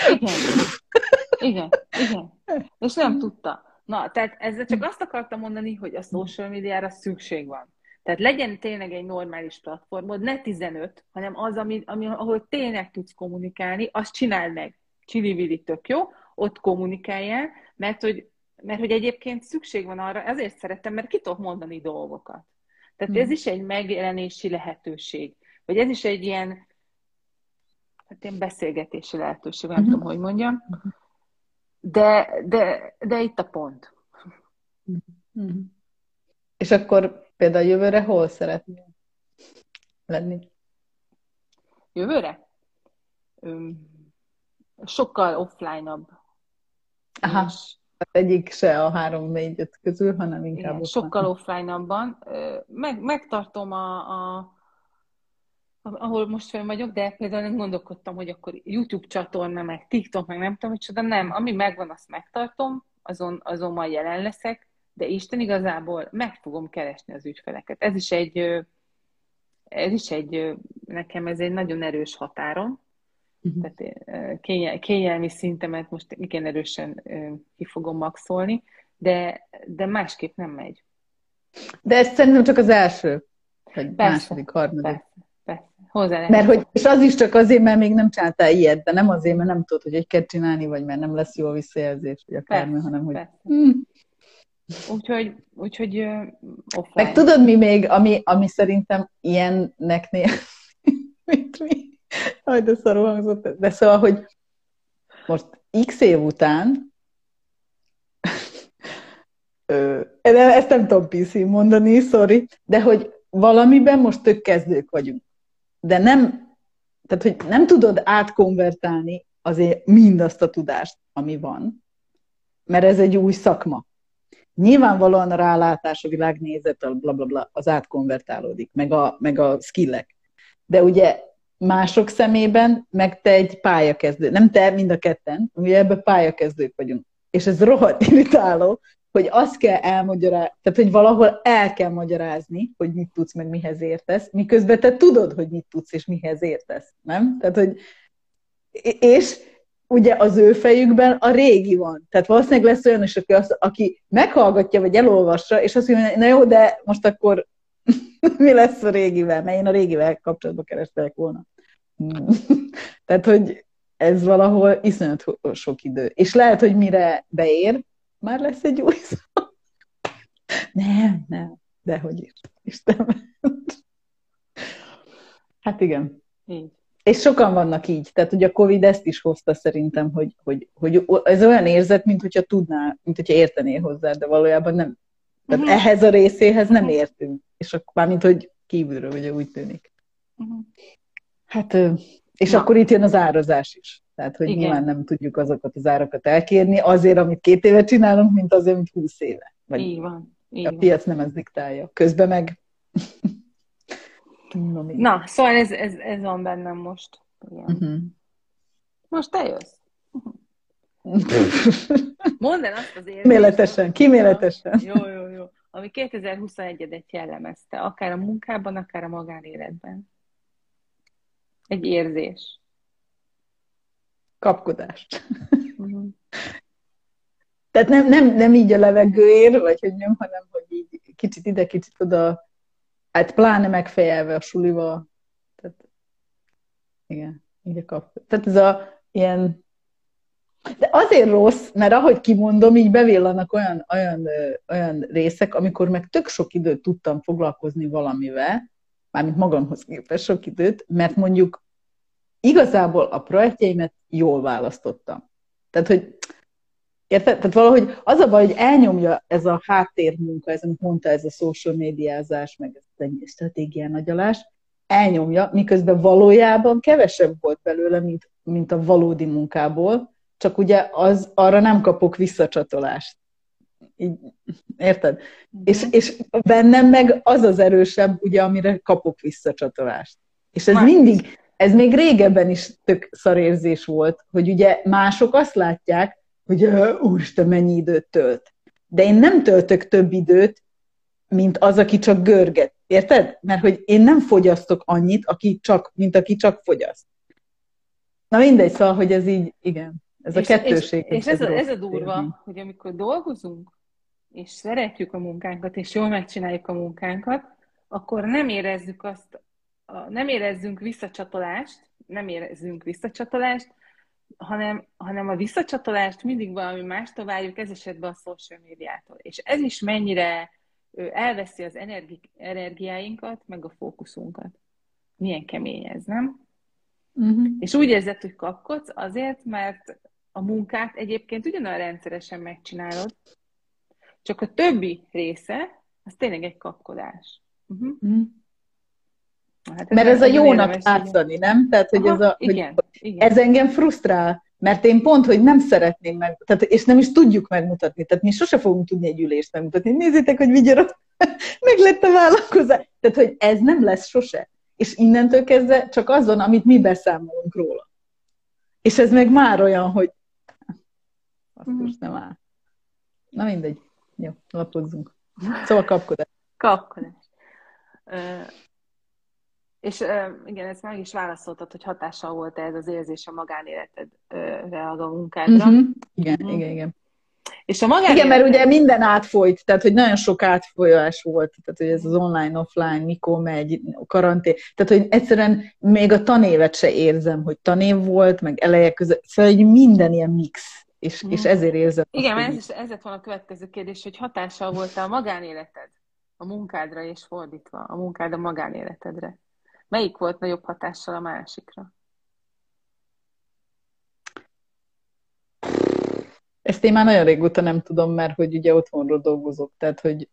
Igen. És nem tudta. Na, tehát ezzel csak azt akartam mondani, hogy a social médiára szükség van. Tehát legyen tényleg egy normális platformod, ne 15, hanem az, ahol tényleg tudsz kommunikálni, azt csináld meg. Csili-vili, tök jó, ott kommunikáljál, mert hogy egyébként szükség van arra, ezért szerettem, mert ki tudok mondani dolgokat. Tehát ez is egy megjelenési lehetőség. Vagy ez is egy ilyen beszélgetési lehetőség, nem tudom, hogy mondjam. De itt a pont. És akkor például jövőre hol szeretnél lenni? Jövőre? Sokkal offline-abb. Aha, egyik se a 3-4-5 közül, hanem inkább igen, sokkal offline-abban. Megtartom ahol most fenn vagyok, de például nem gondolkodtam, hogy akkor YouTube csatorna, meg TikTok, meg nem tudom, micsoda, nem. Ami megvan, azt megtartom, azon majd jelen leszek, de Isten igazából meg fogom keresni az ügyfeleket. Ez is egy nekem ez egy nagyon erős határom. Tehát kényelmi szintemet most igen erősen ki fogom maxolni, de másképp nem megy. De ez szerintem csak az első, vagy második, harmadik. Persze. Hozzá lehet. Mert hogy, és az is csak azért, mert még nem csináltál ilyet, de nem azért, mert nem tudod, hogy egy kell csinálni, vagy mert nem lesz jó a visszajelzés, vagy akármi, hanem hogy... Úgyhogy offline. Meg tudod, mi még, ami szerintem ilyennek mi? Aj, de szarul hangzott. De szóval, hogy most x év után ezt nem tudom PC mondani, sorry, de hogy valamiben most tök kezdők vagyunk. De nem, tehát, hogy nem tudod átkonvertálni azért mindazt a tudást, ami van, mert ez egy új szakma. Nyilvánvalóan a rálátás, a világnézet, a blablabla, az átkonvertálódik, meg a skillek. De ugye mások szemében, meg te egy pályakezdő. Nem te, mind a ketten, ugye ebben pályakezdők vagyunk. És ez rohadt irritáló, hogy azt kell elmagyarázni, tehát hogy valahol el kell magyarázni, hogy mit tudsz, meg mihez értesz, miközben te tudod, hogy mit tudsz, és mihez értesz, nem? Tehát, hogy... És ugye az ő fejükben a régi van. Tehát valószínűleg lesz olyan is, aki meghallgatja, vagy elolvassa, és azt mondja, na jó, de most akkor mi lesz a régivel? Mert én a régivel kapcsolatban kerestelek volna. Tehát, hogy ez valahol iszonyat sok idő. És lehet, hogy mire beér, már lesz egy új szó. Nem, dehogy is. Istenem. Hát igen. Így. És sokan vannak így. Tehát, hogy a Covid ezt is hozta szerintem, hogy ez olyan érzet, mint hogyha tudnál, mint hogyha értenél hozzá, de valójában nem. Tehát ehhez a részéhez nem értünk. És akkor már, mint hogy kívülről, ugye úgy tűnik. Hát, és akkor itt jön az árazás is. Tehát, hogy nyilván nem tudjuk azokat az árakat elkérni, azért, amit 2 éve csinálunk, mint azért, amit 20 éve. Vagy így van. A piac nem ez diktálja. Közben meg... Na, szóval ez van bennem most. Most te jössz. Mondd el azt az érzést. Kiméletesen. Jó. Ami 2021-et jellemezte, akár a munkában, akár a magánéletben. Egy érzés. Kapkodás. Tehát nem így a levegőért, vagy hogy nem, hanem hogy így kicsit ide, kicsit oda, hát pláne megfejelve a sulival. Tehát, igen, így a kapkodás. Tehát ez a ilyen... De azért rossz, mert ahogy kimondom, így bevillanak olyan részek, amikor meg tök sok időt tudtam foglalkozni valamivel, mármint magamhoz képest sok időt, mert mondjuk igazából a projektjeimet jól választottam. Tehát, hogy érted? Tehát valahogy az a baj, hogy elnyomja ez a háttérmunka, ez, amit mondta, ez a social médiázás, meg ez a stratégián nagyalás, elnyomja, miközben valójában kevesebb volt belőle, mint a valódi munkából, csak ugye arra nem kapok visszacsatolást. így, érted? És bennem meg az erősebb, ugye, amire kapok visszacsatolást. És ez még régebben is tök szarérzés volt, hogy ugye mások azt látják, hogy úristen, mennyi időt tölt. De én nem töltök több időt, mint az, aki csak görget. Érted? Mert hogy én nem fogyasztok annyit, mint aki csak fogyaszt. Na mindegy, szóval, hogy ez így, igen, ez a kettőség. És ez a durva, hogy amikor dolgozunk, és szeretjük a munkánkat, és jól megcsináljuk a munkánkat, akkor nem érezzünk visszacsatolást, hanem a visszacsatolást mindig valami mástól várjuk, ez esetben a social médiától. És ez is mennyire elveszi az energiáinkat, meg a fókuszunkat. Milyen kemény ez, nem? Uh-huh. És úgy érzed, hogy kapkodsz azért, mert a munkát egyébként ugyanolyan rendszeresen megcsinálod, csak a többi része, az tényleg egy kapkodás. Uh-huh. Uh-huh. Hát mert ez a jónak látszani, nem? Tehát, hogy, igen. Ez engem frusztrál, mert én pont, hogy nem szeretném és nem is tudjuk megmutatni. Tehát mi sose fogunk tudni egy ülést megmutatni. Nézzétek, hogy vigyorog, meg lett a vállalkozás. Tehát, hogy ez nem lesz sose. És innentől kezdve csak azon, amit mi beszámolunk róla. És ez meg már olyan, hogy most nem áll. Na mindegy. Jó, lapozzunk. Szóval kapkodás. És igen, ezt meg is válaszoltad, hogy hatással volt ez az érzés a magánéletedre, a munkádra. Uh-huh. Igen. És a magánéleted... Igen, mert ugye minden átfolyt, tehát hogy nagyon sok átfolyás volt, tehát hogy ez az online, offline, mikor megy, karantén, tehát hogy egyszerűen még a tanévet se érzem, hogy tanév volt, meg eleje között, szóval hogy minden ilyen mix, és ezért érzem. Igen, mert ez lett volna a következő kérdés, hogy hatással volt a magánéleted a munkádra, és fordítva, a munkád a magánéletedre. Melyik volt nagyobb hatással a másikra? Ezt én már nagyon régóta nem tudom, mert hogy ugye otthonról dolgozok, tehát hogy...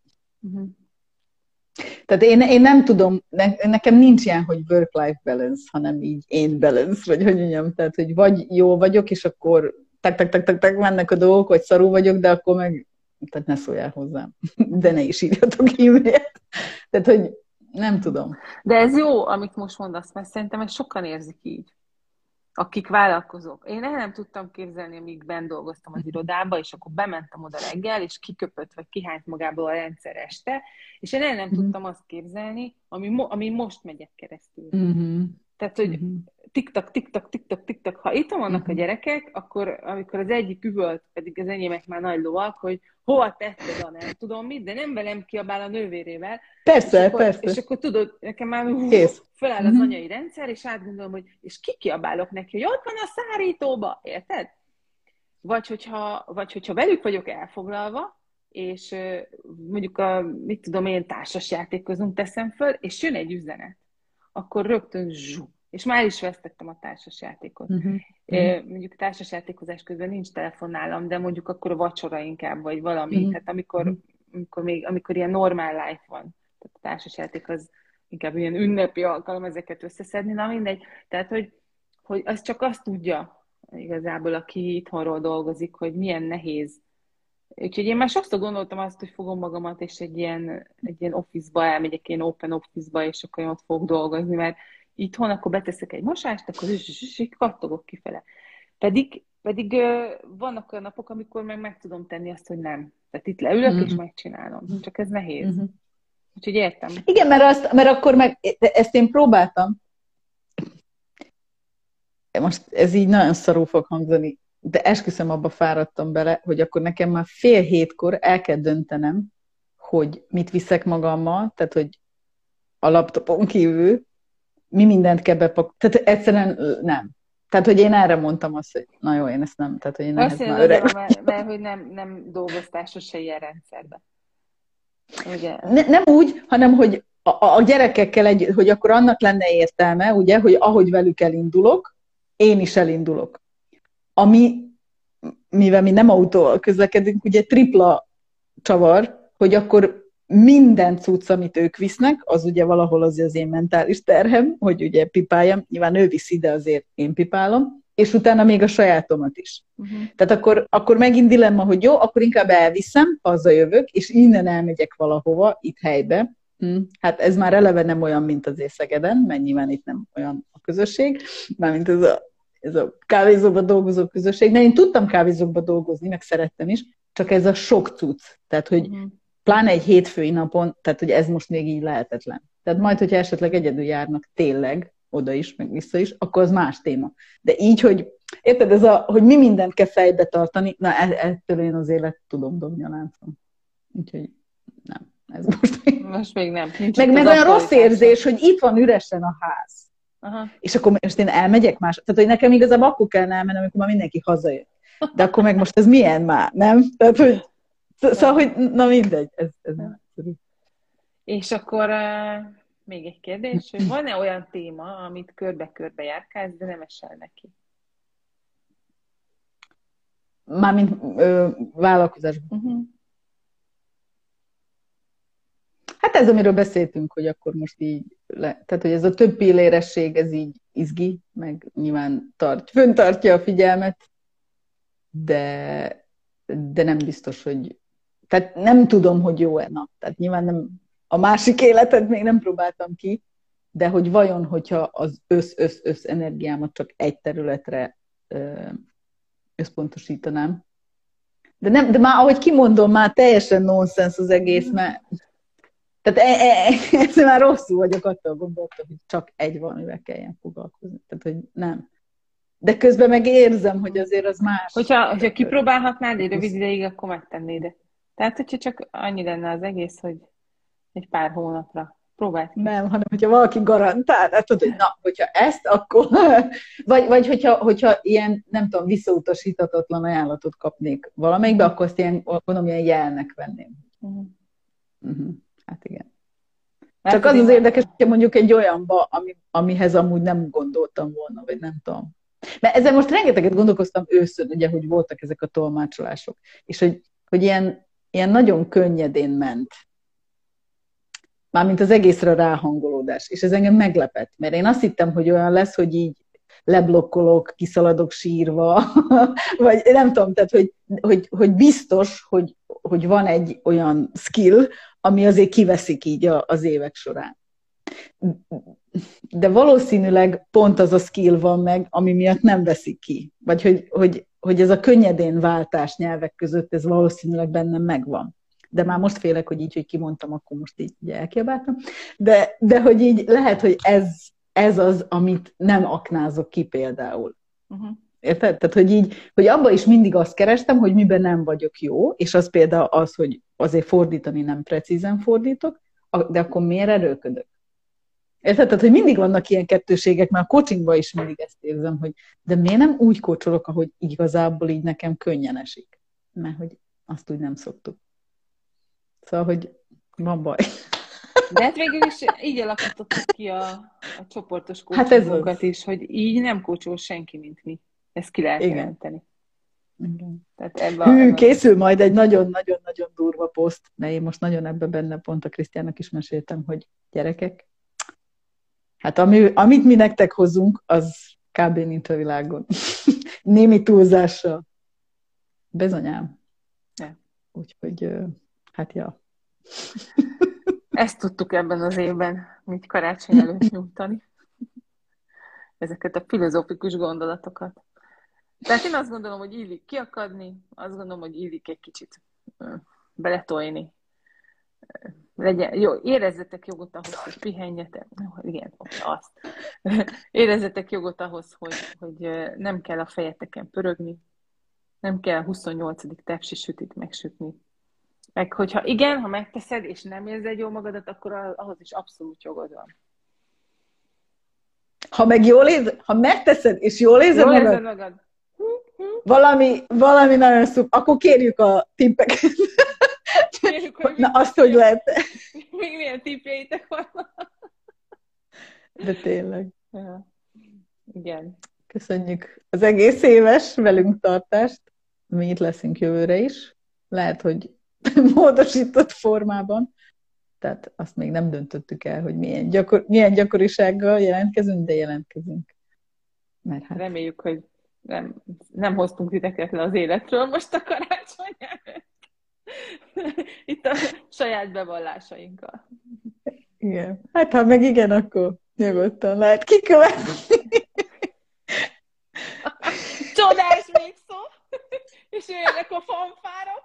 Tehát én nem tudom, nekem nincs ilyen, hogy work-life balance, hanem így én balance, vagy hogy mondjam, tehát hogy vagy jó vagyok, és akkor tak, mennek a dolgok, vagy szarú vagyok, de akkor meg, tehát ne szóljál hozzám, de ne is írjatok e-mailt. Tehát, hogy nem tudom. De ez jó, amit most mondasz, mert szerintem ezt sokan érzik így, akik vállalkozók. Én el nem tudtam képzelni, amíg benn dolgoztam az irodába, és akkor bementem oda reggel, és kiköpött, vagy kihányt magából a rendszer este, és én el nem tudtam azt képzelni, ami most megyek keresztül. Tehát, hogy tiktak, ha itt vannak a gyerekek, akkor amikor az egyik üvölt, pedig az enyémek már nagy lovak, hogy hova tetted a nem tudom mit, de nem velem kiabál a nővérével. Persze. És akkor tudod, nekem már feláll az anyai rendszer, és átgondolom, hogy és kiabálok neki, hogy ott van a szárítóba, érted? Vagy hogyha velük vagyok elfoglalva, és mondjuk mit tudom én, társasjátékozunk, teszem föl, és jön egy üzenet, akkor rögtön és már is vesztettem a társasjátékot. Mondjuk társasjátékozás közben nincs telefon nálam, de mondjuk akkor a vacsora inkább, vagy valami. Tehát amikor ilyen normál life van, tehát a társasjáték az inkább ilyen ünnepi alkalom ezeket összeszedni, na mindegy. Tehát, hogy az csak azt tudja igazából, aki itthonról dolgozik, hogy milyen nehéz. Úgyhogy én már sokszor gondoltam azt, hogy fogom magamat, és egy ilyen office-ba elmegyek, ilyen open office-ba, és akkor ott fogok dolgozni, mert itthon akkor beteszek egy mosást, akkor kattogok kifele. Pedig vannak olyan napok, amikor meg tudom tenni azt, hogy nem. Tehát itt leülök, és megcsinálom. Csak ez nehéz. Úgyhogy értem. Igen, mert akkor meg, ezt én próbáltam. Most ez így nagyon szarul fog hangzani, de esküszöm, abba fáradtam bele, hogy akkor nekem már 6:30 el kell döntenem, hogy mit viszek magammal, tehát hogy a laptopon kívül mi mindent kell bepakolni. Tehát egyszerűen nem. Tehát, hogy én erre mondtam azt, hogy na jó, én ezt nem, tehát, hogy én ehhez már öreg. Mert hogy nem dolgoztál sose ilyen rendszerben. Ugye? Nem úgy, hanem, hogy a gyerekekkel együtt, hogy akkor annak lenne értelme, ugye, hogy ahogy velük elindulok, én is elindulok. Mivel mi nem autóval közlekedünk, ugye tripla csavar, hogy akkor minden cucc, amit ők visznek, az ugye valahol az én mentális terhem, hogy ugye pipáljam, nyilván ő viszi, de azért én pipálom, és utána még a sajátomat is. Tehát akkor megint dilemma, hogy jó, akkor inkább elviszem, hazajövök, és innen elmegyek valahova, itt helybe. Hát ez már eleve nem olyan, mint az Szegeden, mert nyilván itt nem olyan a közösség, mármint ez a kávézóban dolgozó közösség. De én tudtam kávézókban dolgozni, meg szerettem is, csak ez a sok cucc. Tehát, hogy pláne egy hétfői napon, tehát, hogy ez most még így lehetetlen. Tehát majd, hogyha esetleg egyedül járnak tényleg, oda is, meg vissza is, akkor az más téma. De így, hogy érted, hogy mi mindent kell fejbe tartani, na ettől én az élet tudom dobni a láncom. Úgyhogy nem, ez most még nem. Meg olyan rossz érzés, hogy itt van üresen a ház. Aha. És akkor most én elmegyek más. Tehát, hogy nekem igazából akkor kell elmennem, amikor már mindenki hazajön. De akkor meg most ez milyen már, nem? Tehát, hogy szóval, hogy na mindegy, ez nem egyszerű. És akkor még egy kérdés, hogy van-e olyan téma, amit körbe-körbe járkálsz, de nem esel neki? Mármint vállalkozásban. Hát ez, amiről beszéltünk, hogy akkor most így, tehát hogy ez a több pilléresség, ez így izgi, meg nyilván föntartja a figyelmet, de nem biztos, hogy, tehát nem tudom, hogy jó-e, na, tehát nyilván nem, a másik életet még nem próbáltam ki, de hogy vajon, hogyha az össz energiámat csak egy területre összpontosítanám. De már ahogy kimondom, már teljesen nonsens az egész, mert tehát ez már rosszul vagyok, attól gondoltam, hogy csak egy valamivel kelljen foglalkozni. Tehát, hogy nem. De közben meg érzem, hogy azért az más. Hogyha kipróbálhatnád egy rövid ideig, akkor megtennéd. Tehát, hogyha csak annyi lenne az egész, hogy egy pár hónapra próbáld ki. Nem, hanem hogyha valaki garantál, hát tudod, hogy na, hogyha ezt, akkor... vagy hogyha ilyen, nem tudom, visszautasíthatatlan ajánlatot kapnék valamelyikbe, akkor azt ilyen jelnek venném. Hát igen. Csak az érdekes, hogyha mondjuk egy olyanba, amihez amúgy nem gondoltam volna, vagy nem tudom. Mert ezzel most rengeteget gondolkoztam őszön, ugye, hogy voltak ezek a tolmácsolások, és hogy ilyen nagyon könnyedén ment. Mármint az egészre ráhangolódás. És ez engem meglepett, mert én azt hittem, hogy olyan lesz, hogy így leblokkolok, kiszaladok sírva, vagy nem tudom, tehát, hogy biztos, hogy van egy olyan skill, ami azért kiveszik így az évek során. De valószínűleg pont az a skill van meg, ami miatt nem veszik ki. Vagy hogy ez a könnyedén váltás nyelvek között, ez valószínűleg bennem megvan. De már most félek, hogy így, hogy kimondtam, akkor most így ugye elkiabáltam. De hogy így lehet, hogy ez az, amit nem aknázok ki például. Érted? Tehát, hogy így, hogy abban is mindig azt kerestem, hogy miben nem vagyok jó, és az például az, hogy azért fordítani nem precízen fordítok, de akkor miért erőlködök? Érted? Tehát, hogy mindig vannak ilyen kettőségek, mert a coachingban is mindig ezt érzem, hogy de miért nem úgy coacholok, ahogy igazából így nekem könnyen esik? Mert hogy azt úgy nem szoktuk. Szóval, hogy van baj. De hát végül is így alakítottuk ki a csoportos coachingunkat is, hogy így nem coachol senki, mint mi. Ezt ki lehet jelenteni. Készül majd egy nagyon-nagyon-nagyon durva poszt, mert én most nagyon ebben benne pont a Krisztiának is meséltem, hogy gyerekek, hát amit mi nektek hozunk, az kb. Nincs a világon. Némi túlzással. Bizonyám. Ja. Úgyhogy, hát ja. Ezt tudtuk ebben az évben, mint karácsony előtt nyújtani. Ezeket a filozófikus gondolatokat. Tehát én azt gondolom, hogy illik kiakadni, azt gondolom, hogy illik egy kicsit beletolni. Jó, érezzetek jogot ahhoz, hogy pihenjetek. Igen, azt. Érezzetek jogot ahhoz, hogy nem kell a fejeteken pörögni, nem kell 28. tepsi sütit megsütni. Meg hogyha igen, ha megteszed, és nem érzed jól magadat, akkor ahhoz is abszolút jogod van. Ha megteszed, és jól érzed magad, valami nagyon szuper, akkor kérjük a tippeket. Na, azt, hogy lehet. Még milyen tippjeitek vannak? De tényleg. Ja. Igen. Köszönjük az egész éves velünk tartást. Mi itt leszünk jövőre is. Lehet, hogy módosított formában. Tehát azt még nem döntöttük el, hogy milyen gyakorisággal jelentkezünk, de jelentkezünk. Mert hát... Reméljük, hogy nem hoztunk titeket le az életről most a karácsony előtt. Itt a saját bevallásainkkal. Igen. Hát ha meg igen, akkor nyugodtan lehet kikövetni. Csodás végszó! És jöjjenek a fanfárok.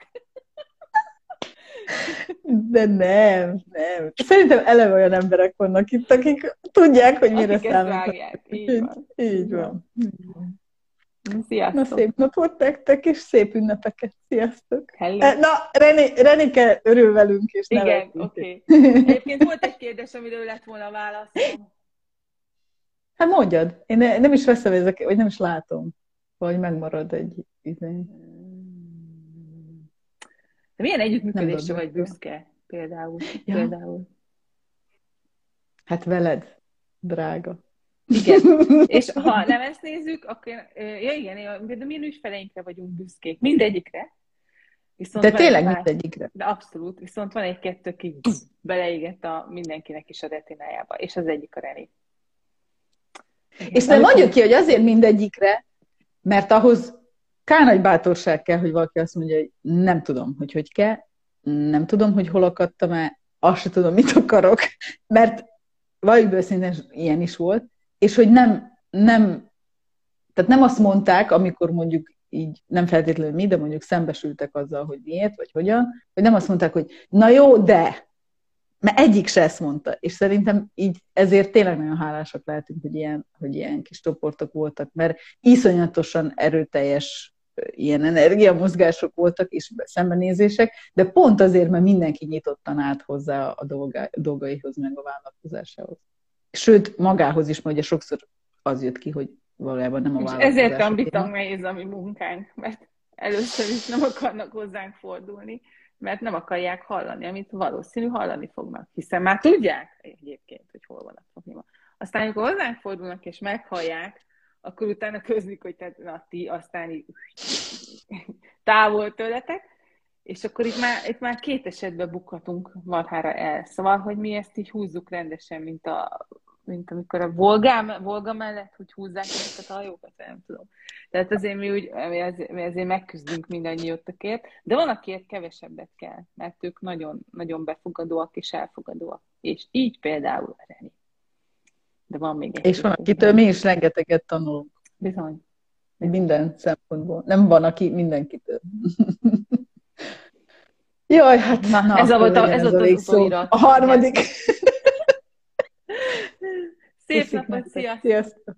De nem. Szerintem eleve olyan emberek vannak itt, akik tudják, hogy mire számítanak. Így van. Sziasztok! Na, szép napot nektek, és szép ünnepeket. Sziasztok! Hello. Na, Renike örül velünk, és igen, oké. Egyébként volt egy kérdés, amiről lett volna válaszom. Hát mondjad. Én nem is veszem ezeket, vagy nem is látom, hogy megmarad egy izé. De milyen együttműködésre vagy büszke, például? Ja. Például? Hát veled, drága. Igen. És ha nem ezt nézzük, akkor ja igen, de mi ügyfeleinkre vagyunk büszkék. Mindegyikre. Viszont de tényleg mindegyikre. De abszolút. Viszont van egy-kettő, aki beleégett mindenkinek is a retinájába. És az egyik a Reni. És nem mondjuk ki, hogy azért mindegyikre, mert ahhoz nagy bátorság kell, hogy valaki azt mondja, hogy nem tudom, hogy kell, nem tudom, hogy hol akadtam el, azt sem tudom, mit akarok, mert valljuk be szintén ilyen is volt, és hogy tehát nem azt mondták, amikor mondjuk így, nem feltétlenül mi, de mondjuk szembesültek azzal, hogy miért, vagy hogyan, hogy nem azt mondták, hogy na jó, de, mert egyik se ezt mondta, és szerintem így ezért tényleg nagyon hálásak lehetünk, hogy ilyen kis csoportok voltak, mert iszonyatosan erőteljes ilyen energiamozgások voltak, és szembenézések, de pont azért, mert mindenki nyitottan állt hozzá a dolgaihoz, meg a vállalkozásához. Sőt, magához is, mert ugye sokszor az jött ki, hogy valójában nem a vállalkozások. Ezért olyan bitang nehéz a mi munkánk, mert először is nem akarnak hozzánk fordulni, mert nem akarják hallani, amit valószínű hallani fognak, hiszen már tudják egyébként, hogy hol van a probléma. Aztán, amikor hozzánk fordulnak és meghallják, akkor utána közlik, hogy na, ti aztán így távol tőletek, és akkor itt már két esetben bukhatunk marhára el. Szóval, hogy mi ezt így húzzuk rendesen, mint amikor a Volga mellett, hogy húzzák ezeket a hajókat, nem tudom. Tehát azért mi azért megküzdünk mindannyiótokért, de van, akiért kevesebbet kell, mert ők nagyon, nagyon befogadóak és elfogadóak. És így például a Reni. De van még egy. És van, akitől mi is rengeteget tanulunk. Bizony. Minden szempontból. Nem van, aki mindenkitől. Jaj, hát na ez volt az utóirat. A harmadik. Szép napot, sziasztok! Sziasztok!